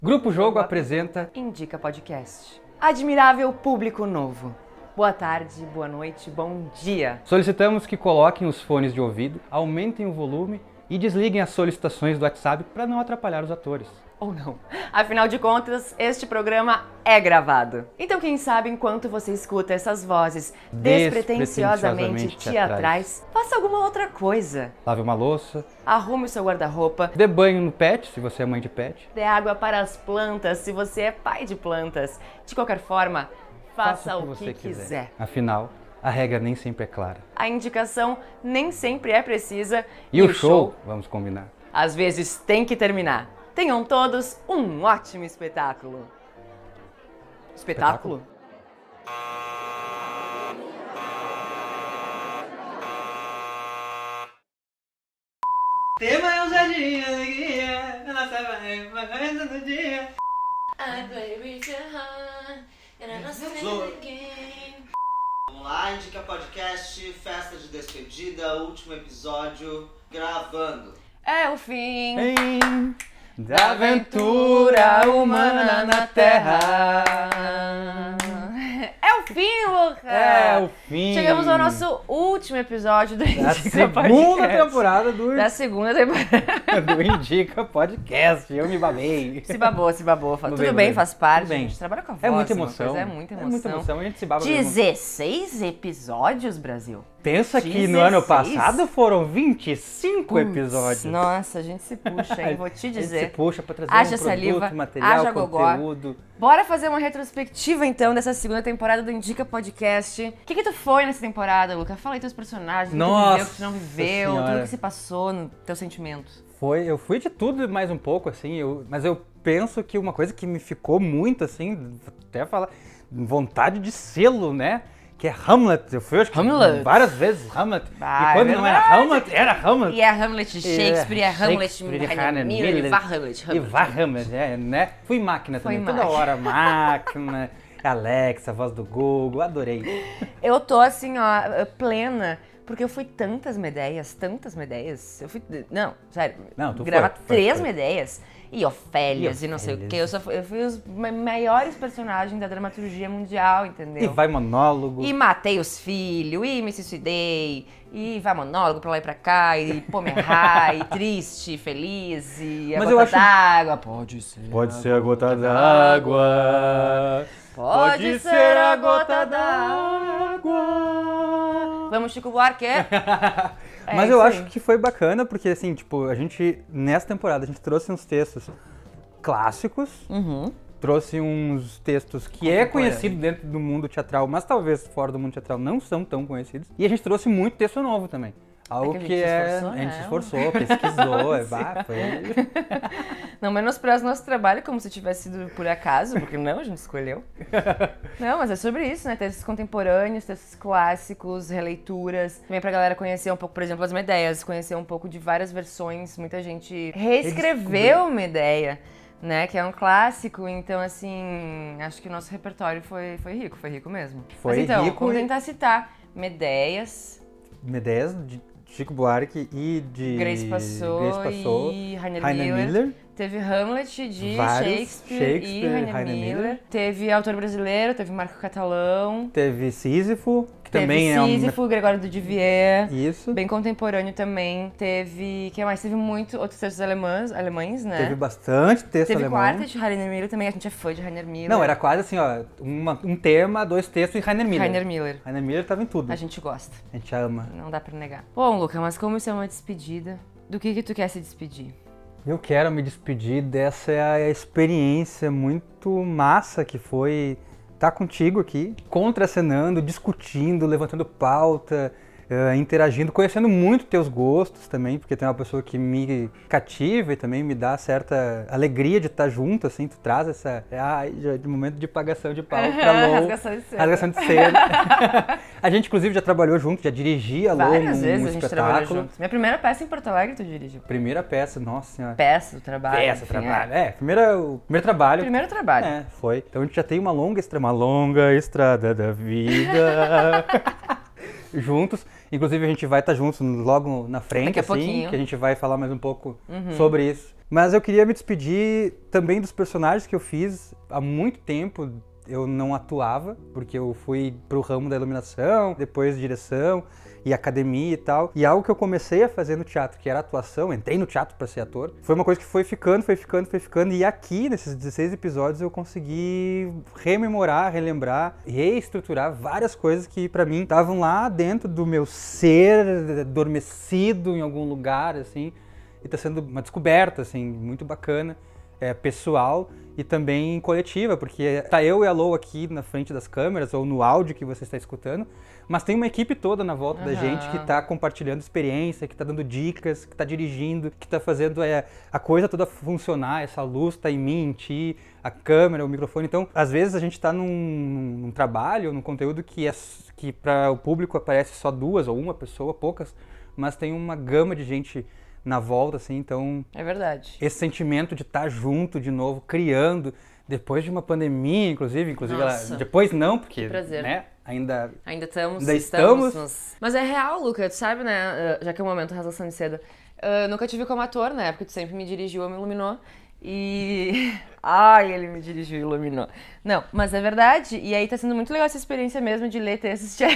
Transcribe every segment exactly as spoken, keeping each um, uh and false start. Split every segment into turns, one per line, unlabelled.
Grupo Jogo apresenta
Indica Podcast. Admirável público novo. Boa tarde, boa noite, bom dia.
Solicitamos que coloquem os fones de ouvido, aumentem o volume e desliguem as solicitações do WhatsApp para não atrapalhar os atores.
Ou não. Afinal de contas, este programa é gravado. Então quem sabe, enquanto você escuta essas vozes despretensiosamente,
Despretensiosamente
teatrais, faça alguma outra coisa.
Lave uma louça,
Arrume o seu guarda-roupa,
dê banho no pet, se você é mãe de pet.
dê água para as plantas, se você é pai de plantas. De qualquer forma, faça o que, quiser.
Afinal, a regra nem sempre é clara.
A indicação nem sempre é precisa.
E, o show, vamos combinar.
Às vezes tem que terminar. Tenham todos um ótimo espetáculo. Espetáculo?
Tema é ousadia, guia, a nossa vaga do dia.
I play with your heart, and I lost it
Zo-
again.
Vamos lá, Indica Podcast, festa de despedida, último episódio, gravando.
É o fim
Em da aventura humana na Terra.
É o fim, Luca!
É o fim.
Chegamos ao nosso último episódio do
da
Indica
segunda
Podcast.
temporada do,
Da segunda temporada.
do Indica Podcast. Eu me babei.
Se babou, se babou.
Tudo
Tudo
bem,
bem,
bem.
faz parte.
Tudo bem.
A gente trabalha com a voz.
É muita
uma
emoção.
coisa, É muita emoção.
É muita emoção, a gente se baba. mesmo.
dezesseis episódios, Brasil.
Pensa que no ano
dezesseis?
passado foram vinte e cinco
Putz,
episódios.
Nossa, a gente se puxa, hein? Vou te
A gente se
dizer.
puxa pra trazer
Haja
um produto,
saliva,
material,
haja gogó.
conteúdo.
Bora fazer uma retrospectiva, então, dessa segunda temporada do Indica Podcast. O que que tu foi nessa temporada, Luca? Fala aí teus personagens, o que tu
Nossa
viveu, o que tu não viveu,
Senhora.
tudo que se passou no teu sentimento.
Foi, eu fui de tudo e mais um pouco, assim, eu, mas eu penso que uma coisa que me ficou muito, assim, vou até falar, vontade de selo, né? Que é Hamlet. Eu fui, acho que
Hamlet.
várias vezes Hamlet.
Ah,
e quando
é
não era
verdade.
Hamlet, era Hamlet.
E é Hamlet de Shakespeare, e é Hamlet
Shakespeare,
de
Hannah
Hannah Miller, e
Miller,
Var Hamlet.
E Var Hamlet, é, né? Fui máquina
Foi
também, toda
máquina.
hora máquina. Alexa, voz do Google, adorei.
Eu tô, assim, ó, plena, porque eu fui tantas medeias, tantas medeias. Eu fui, não, sério,
Não, tu
gravar
foi, foi,
três
foi.
medeias. E Ofélias
E
e não sei o
Ofélias.
quê. Eu, só fui, eu fui os ma- maiores personagens da dramaturgia mundial, entendeu?
E vai monólogo.
E matei os filhos, e me suicidei, e vai monólogo pra lá e pra cá, e pô, me errar, e triste, feliz, e a
Mas
gota
eu acho-
d'água. Pode ser.
Pode ser a gota d'água.
Pode ser a gota
d'água.
Vamos, Chico Buarque. É
Mas
isso
eu
aí.
acho que foi bacana, porque assim, tipo, a gente, nessa temporada, a gente trouxe uns textos clássicos,
Uhum.
trouxe uns textos que é conhecido dentro do mundo teatral, mas talvez fora do mundo teatral não são tão conhecidos. E a gente trouxe muito texto novo também. Algo
É que a
que,
gente se
é.
esforçou,
A gente
né?
se esforçou, pesquisou, é, bah, foi.
Não menospreza o nosso trabalho como se tivesse sido por acaso, porque não, a gente escolheu. Não, mas é sobre isso, né? Textos contemporâneos, textos clássicos, releituras. Também pra galera conhecer um pouco, por exemplo, as Medeias, conhecer um pouco de várias versões. Muita gente reescreveu Medeia, né? Que é um clássico, então assim, acho que o nosso repertório foi, foi rico, foi rico mesmo.
Foi
mas então,
rico
vamos
e-
tentar citar Medeias,
Medeias de Chico Buarque e de.
Grace Passou,
Grace Passou,
e Rainer
Rainer
Miller.
Miller.
Teve Hamlet de
Vários,
Shakespeare,
Shakespeare,
e Rainer,
Rainer
Miller.
Miller.
Teve autor brasileiro, teve Marco Catalão.
Teve Sísifo, que
Teve
também é um.
Sísifo, Gregório do Duvier.
Isso.
Bem contemporâneo também. Teve... que mais? Teve muito outros textos alemães, alemães, né?
Teve bastante texto
Teve
alemão.
Quartet de Rainer Miller também. A gente é fã de Rainer Miller.
Não, era quase assim, ó, uma- um tema, dois textos e Rainer Miller.
Rainer Miller.
Rainer Miller tava em tudo.
A gente gosta.
A gente ama.
Não dá pra negar. Bom, Luca, mas como isso é uma despedida, do que que tu quer se despedir?
Eu quero me despedir dessa experiência muito massa que foi estar contigo aqui, contracenando, discutindo, levantando pauta, eh, interagindo, conhecendo muito teus gostos também, porque tu é uma pessoa que me cativa e também me dá certa alegria de estar junto, assim, tu traz essa, ai, já de momento de pagação de pau pra Lou.
Rasgação de seda.
Rasgação de seda. A gente, inclusive, já trabalhou junto, já dirigia a Lou
Várias
num
vezes a gente trabalhou
espetáculo.
juntos. Minha primeira peça em Porto Alegre tu dirigiu.
Primeira peça, nossa senhora.
Peça do trabalho.
Peça,
enfim,
trabalho. É, primeira, o primeiro trabalho.
Primeiro trabalho.
É, foi. Então a gente já tem uma longa estrada, uma longa estrada da vida juntos. Inclusive a gente vai estar juntos logo na frente,
Daqui a
assim,
pouquinho.
que a gente vai falar mais um pouco
Uhum.
sobre isso. Mas eu queria me despedir também dos personagens que eu fiz há muito tempo. Eu não atuava, porque eu fui pro ramo da iluminação, depois direção e academia e tal. E algo que eu comecei a fazer no teatro, que era atuação, entrei no teatro para ser ator, foi uma coisa que foi ficando, foi ficando, foi ficando. E aqui, nesses dezesseis episódios, eu consegui rememorar, relembrar, reestruturar várias coisas que para mim estavam lá dentro do meu ser, adormecido em algum lugar, assim. E tá sendo uma descoberta, assim, muito bacana. É, pessoal e também coletiva, porque tá eu e a Lou aqui na frente das câmeras ou no áudio que você está escutando, mas tem uma equipe toda na volta da
Aham.
gente que tá compartilhando experiência, que tá dando dicas, que tá dirigindo, que tá fazendo é, a coisa toda funcionar, essa luz tá em mim, em ti, a câmera, o microfone. Então, às vezes a gente tá num, num trabalho, num conteúdo que, é, que para o público aparece só duas ou uma pessoa, poucas, mas tem uma gama de gente na volta, assim, então
É verdade.
esse sentimento de estar junto de novo, criando, depois de uma pandemia, inclusive, inclusive ela,
Nossa,
depois não, porque,
que prazer.
né, ainda...
Ainda estamos,
Ainda
estamos.
estamos.
nos- Mas é real, Luca, tu sabe, né? uh, Já que é o momento Razão de Cedo. uh, Nunca te vi como ator, né? Porque tu sempre me dirigiu ou me iluminou. E. Ai, ele me dirigiu e iluminou. Não, mas é verdade. E aí tá sendo muito legal essa experiência mesmo de ler textos. De...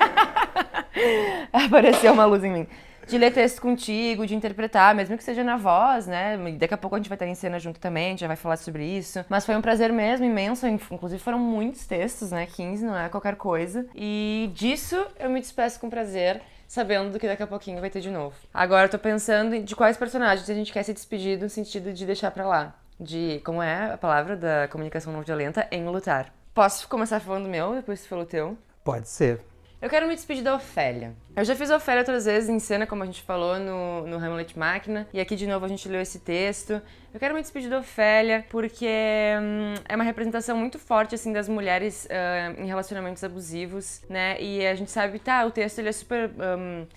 Apareceu uma luz em mim. De ler texto contigo, de interpretar, mesmo que seja na voz, né? Daqui a pouco a gente vai estar em cena junto também, a gente já vai falar sobre isso. Mas foi um prazer mesmo, imenso. Inclusive foram muitos textos, né? quinze, não é qualquer coisa. E disso eu me despeço com prazer, sabendo que daqui a pouquinho vai ter de novo. Agora eu tô pensando em de quais personagens a gente quer se despedir no sentido de deixar pra lá. De, como é a palavra da comunicação não violenta, em lutar. Posso começar falando do meu, depois tu falou o teu?
Pode ser.
Eu quero me despedir da Ofélia. Eu já fiz a Ofélia outras vezes em cena, como a gente falou no, no Hamlet Máquina, e aqui de novo a gente leu esse texto. Eu quero me despedir da Ofélia porque hum, é uma representação muito forte, assim, das mulheres uh, em relacionamentos abusivos, né? E a gente sabe, tá, o texto ele é super... Um,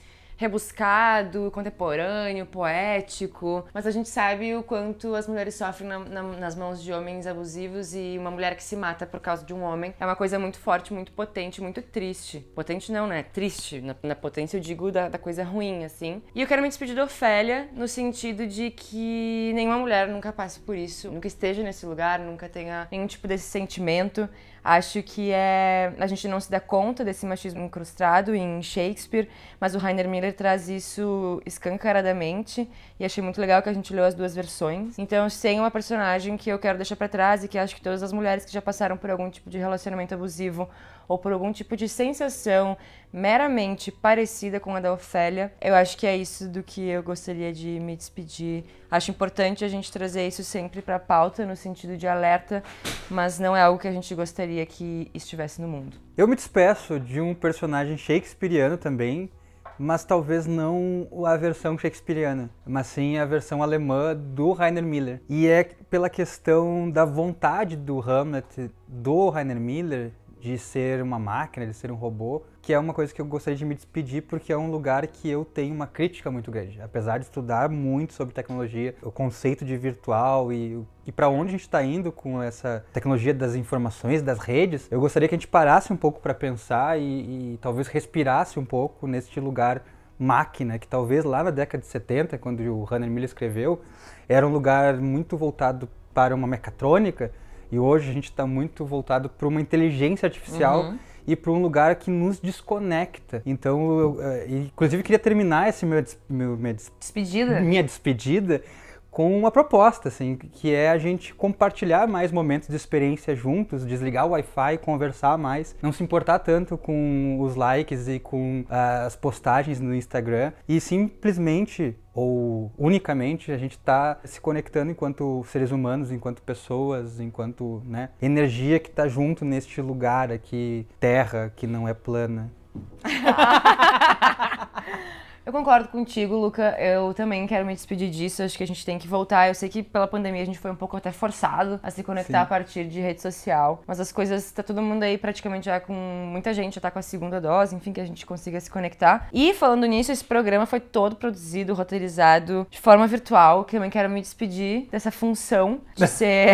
rebuscado, contemporâneo, poético, mas a gente sabe o quanto as mulheres sofrem na, na, nas mãos de homens abusivos e uma mulher que se mata por causa de um homem é uma coisa muito forte, muito potente, muito triste. Potente não, né? Triste. Na, na potência eu digo da, da coisa ruim, assim. E eu quero me despedir da Ofélia no sentido de que nenhuma mulher nunca passe por isso, nunca esteja nesse lugar, nunca tenha nenhum tipo desse sentimento. Acho que é... a gente não se dá conta desse machismo incrustado em Shakespeare, mas o Rainer Miller traz isso escancaradamente e achei muito legal que a gente leu as duas versões. Então, tem uma personagem que eu quero deixar pra trás e que acho que todas as mulheres que já passaram por algum tipo de relacionamento abusivo ou por algum tipo de sensação meramente parecida com a da Ofélia, eu acho que é isso do que eu gostaria de me despedir. Acho importante a gente trazer isso sempre pra pauta, no sentido de alerta, mas não é algo que a gente gostaria que estivesse no mundo.
Eu me despeço de um personagem shakespeariano também, mas talvez não a versão shakespeariana, mas sim a versão alemã do Rainer Miller. E é pela questão da vontade do Hamlet, do Rainer Miller, de ser uma máquina, de ser um robô, que é uma coisa que eu gostaria de me despedir porque é um lugar que eu tenho uma crítica muito grande. Apesar de estudar muito sobre tecnologia, o conceito de virtual e, e para onde a gente está indo com essa tecnologia das informações, das redes, eu gostaria que a gente parasse um pouco para pensar e, e talvez respirasse um pouco neste lugar máquina, que talvez lá na década de setenta, quando o Rainer Miller escreveu, era um lugar muito voltado para uma mecatrônica. E hoje a gente está muito voltado para uma inteligência artificial uhum. e para um lugar que nos desconecta. Então, eu, eu, inclusive, queria terminar esse meu, meu, minha,
despedida.
minha despedida com uma proposta, assim, que é a gente compartilhar mais momentos de experiência juntos, desligar o Wi-Fi, conversar mais, não se importar tanto com os likes e com uh, as postagens no Instagram e simplesmente ou unicamente a gente está se conectando enquanto seres humanos, enquanto pessoas, enquanto, né, energia que está junto neste lugar aqui, terra que não é plana.
Eu concordo contigo, Luca. Eu também quero me despedir disso. Acho que a gente tem que voltar. Eu sei que pela pandemia a gente foi um pouco até forçado a se conectar
Sim.
a partir de rede social. Mas as coisas, tá todo mundo aí praticamente já com... Muita gente já tá com a segunda dose, enfim, que a gente consiga se conectar. E falando nisso, esse programa foi todo produzido, roteirizado de forma virtual. Que também quero me despedir dessa função de ser...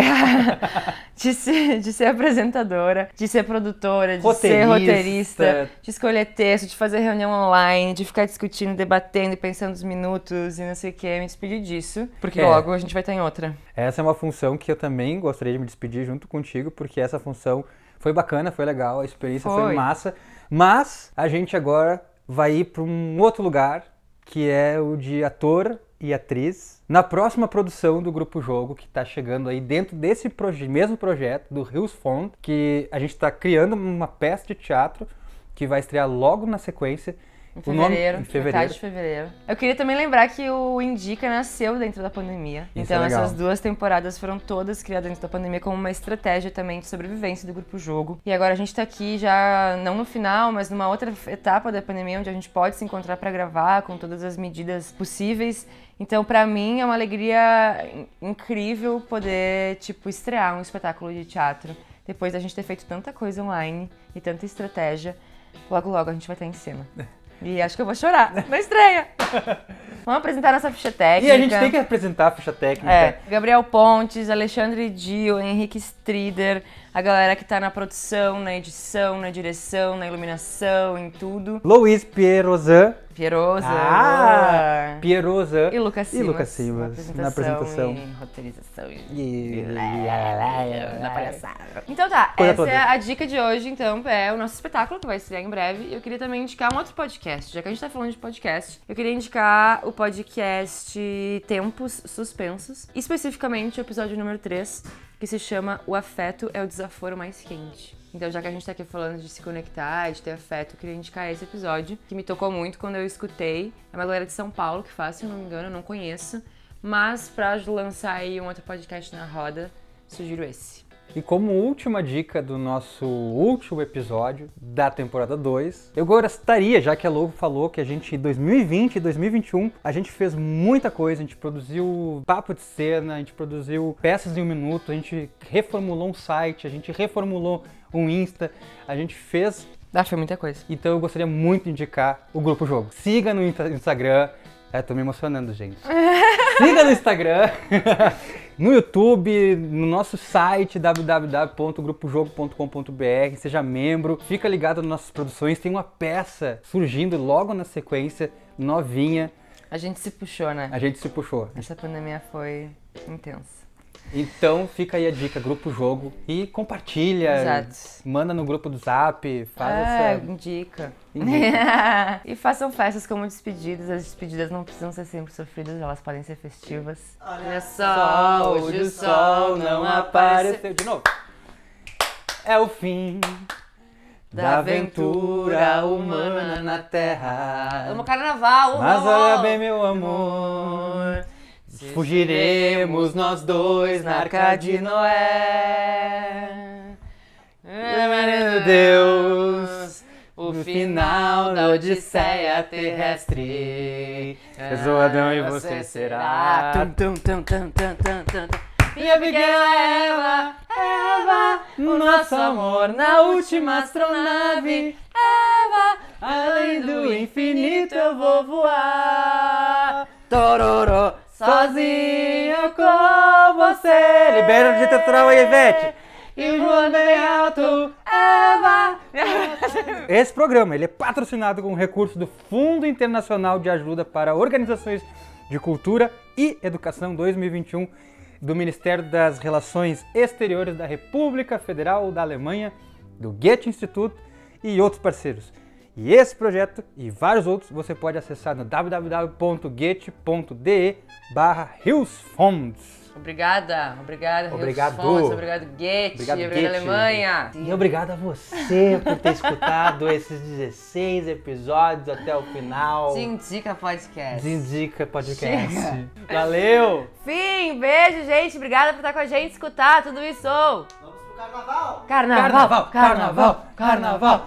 de, ser de ser apresentadora, de ser produtora, de
Roteirista.
ser roteirista, de escolher texto, de fazer reunião online, de ficar discutindo, debatendo e pensando os minutos e não sei o que, me despedir disso, porque
É.
logo a gente vai estar em outra.
Essa é uma função que eu também gostaria de me despedir junto contigo, porque essa função foi bacana, foi legal, a experiência foi,
Foi.
massa, mas a gente agora vai ir para um outro lugar, que é o de ator e atriz, na próxima produção do Grupo Jogo, que está chegando aí dentro desse proje- mesmo projeto, do Rios Fond, que a gente está criando uma peça de teatro que vai estrear logo na sequência.
Em
O nome-
fevereiro,
em fevereiro.
metade de fevereiro. Eu queria também lembrar que o Indica nasceu dentro da pandemia.
Isso
então
é legal.
essas duas temporadas foram todas criadas dentro da pandemia como uma estratégia também de sobrevivência do Grupo Jogo. E agora a gente tá aqui já, não no final, mas numa outra etapa da pandemia, onde a gente pode se encontrar pra gravar com todas as medidas possíveis. Então, pra mim, é uma alegria in- incrível poder, tipo, estrear um espetáculo de teatro. Depois da gente ter feito tanta coisa online e tanta estratégia, logo logo a gente vai estar em cena. E acho que eu vou chorar na estreia. Vamos apresentar nossa ficha técnica.
E a gente tem que apresentar a ficha técnica.
É, Gabriel Pontes, Alexandre Dio, Henrique Strider, a galera que tá na produção, na edição, na direção, na iluminação, em tudo.
Luiz Pierozan.
Pierosa.
Ah, Pierozan.
E Lucas Simas.
E Lucas Simas,
na
na
apresentação.
apresentação.
E roteirização. E...
E...
Na palhaçada. Então tá,
Coisa
essa
toda.
é a dica de hoje, então, é o nosso espetáculo que vai estrear em breve. Eu queria também indicar um outro podcast, já que a gente tá falando de podcast. Eu queria indicar o podcast Tempos Suspensos, especificamente o episódio número três, que se chama O Afeto é o Desaforo Mais Quente. Então, já que a gente tá aqui falando de se conectar, de ter afeto, eu queria indicar esse episódio, que me tocou muito quando eu escutei. É uma galera de São Paulo que faz, se eu não me engano, eu não conheço. Mas pra lançar aí um outro podcast na roda, sugiro esse.
E como última dica do nosso último episódio da temporada dois, eu gostaria, já que a Lobo falou que a gente em dois mil e vinte e dois mil e vinte e um, a gente fez muita coisa, a gente produziu papo de cena, a gente produziu peças em um minuto, a gente reformulou um site, a gente reformulou um Insta, a gente fez...
Ah, foi muita coisa.
Então eu gostaria muito de indicar o Grupo Jogo. Siga no Insta- Instagram. É, tô me emocionando, gente. Siga no Instagram, no YouTube, no nosso site w w w ponto grupo jogo ponto com ponto b r. Seja membro, fica ligado nas nossas produções. Tem uma peça surgindo logo na sequência, novinha.
A gente se puxou, né?
A gente se puxou.
Essa pandemia foi intensa.
Então fica aí a dica, Grupo Jogo. E compartilha,
Exato.
manda no grupo do Zap, faz
É,
essa...
indica.
Indica.
E façam festas como despedidas. As despedidas não precisam ser sempre sofridas, elas podem ser festivas. Olha só, hoje o sol não apareceu.
De novo. É o fim da aventura humana na Terra.
Amo carnaval,
Mas
amor.
olha bem, meu amor, fugiremos nós dois na Arca de Noé. Meu Deus, o final da Odisseia terrestre. Eu sou Adão e você será.
Tum, tum, tum, tum, tum, tum, tum, tum.
Minha pequena Eva, Eva, o nosso amor na última astronave. Eva, além do infinito eu vou voar. Tororó, sozinho com você. Libera o dito teatral aí, Ivete. E voando bem alto, Eva. Esse programa ele é patrocinado com recurso do Fundo Internacional de Ajuda para Organizações de Cultura e Educação dois mil e vinte e um do Ministério das Relações Exteriores da República Federal da Alemanha, do Goethe Instituto e outros parceiros. E esse projeto e vários outros você pode acessar no w w w ponto goethe ponto d e barra riosfonds.
Obrigada, obrigada,
Obrigado.
Rios Fontes, obrigado, Goethe,
Obrigado,
obrigado,
Goethe.
Alemanha.
E obrigado a você por ter escutado esses dezesseis episódios até o final.
Indica podcast.
Desindica Podcast. Valeu!
Fim, beijo, gente. Obrigada por estar com a gente, escutar tudo isso.
Vamos pro Carnaval!
Carnaval!
Carnaval! Carnaval!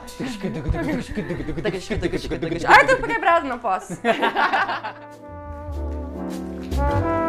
Ai, eu tô quebrado, não posso.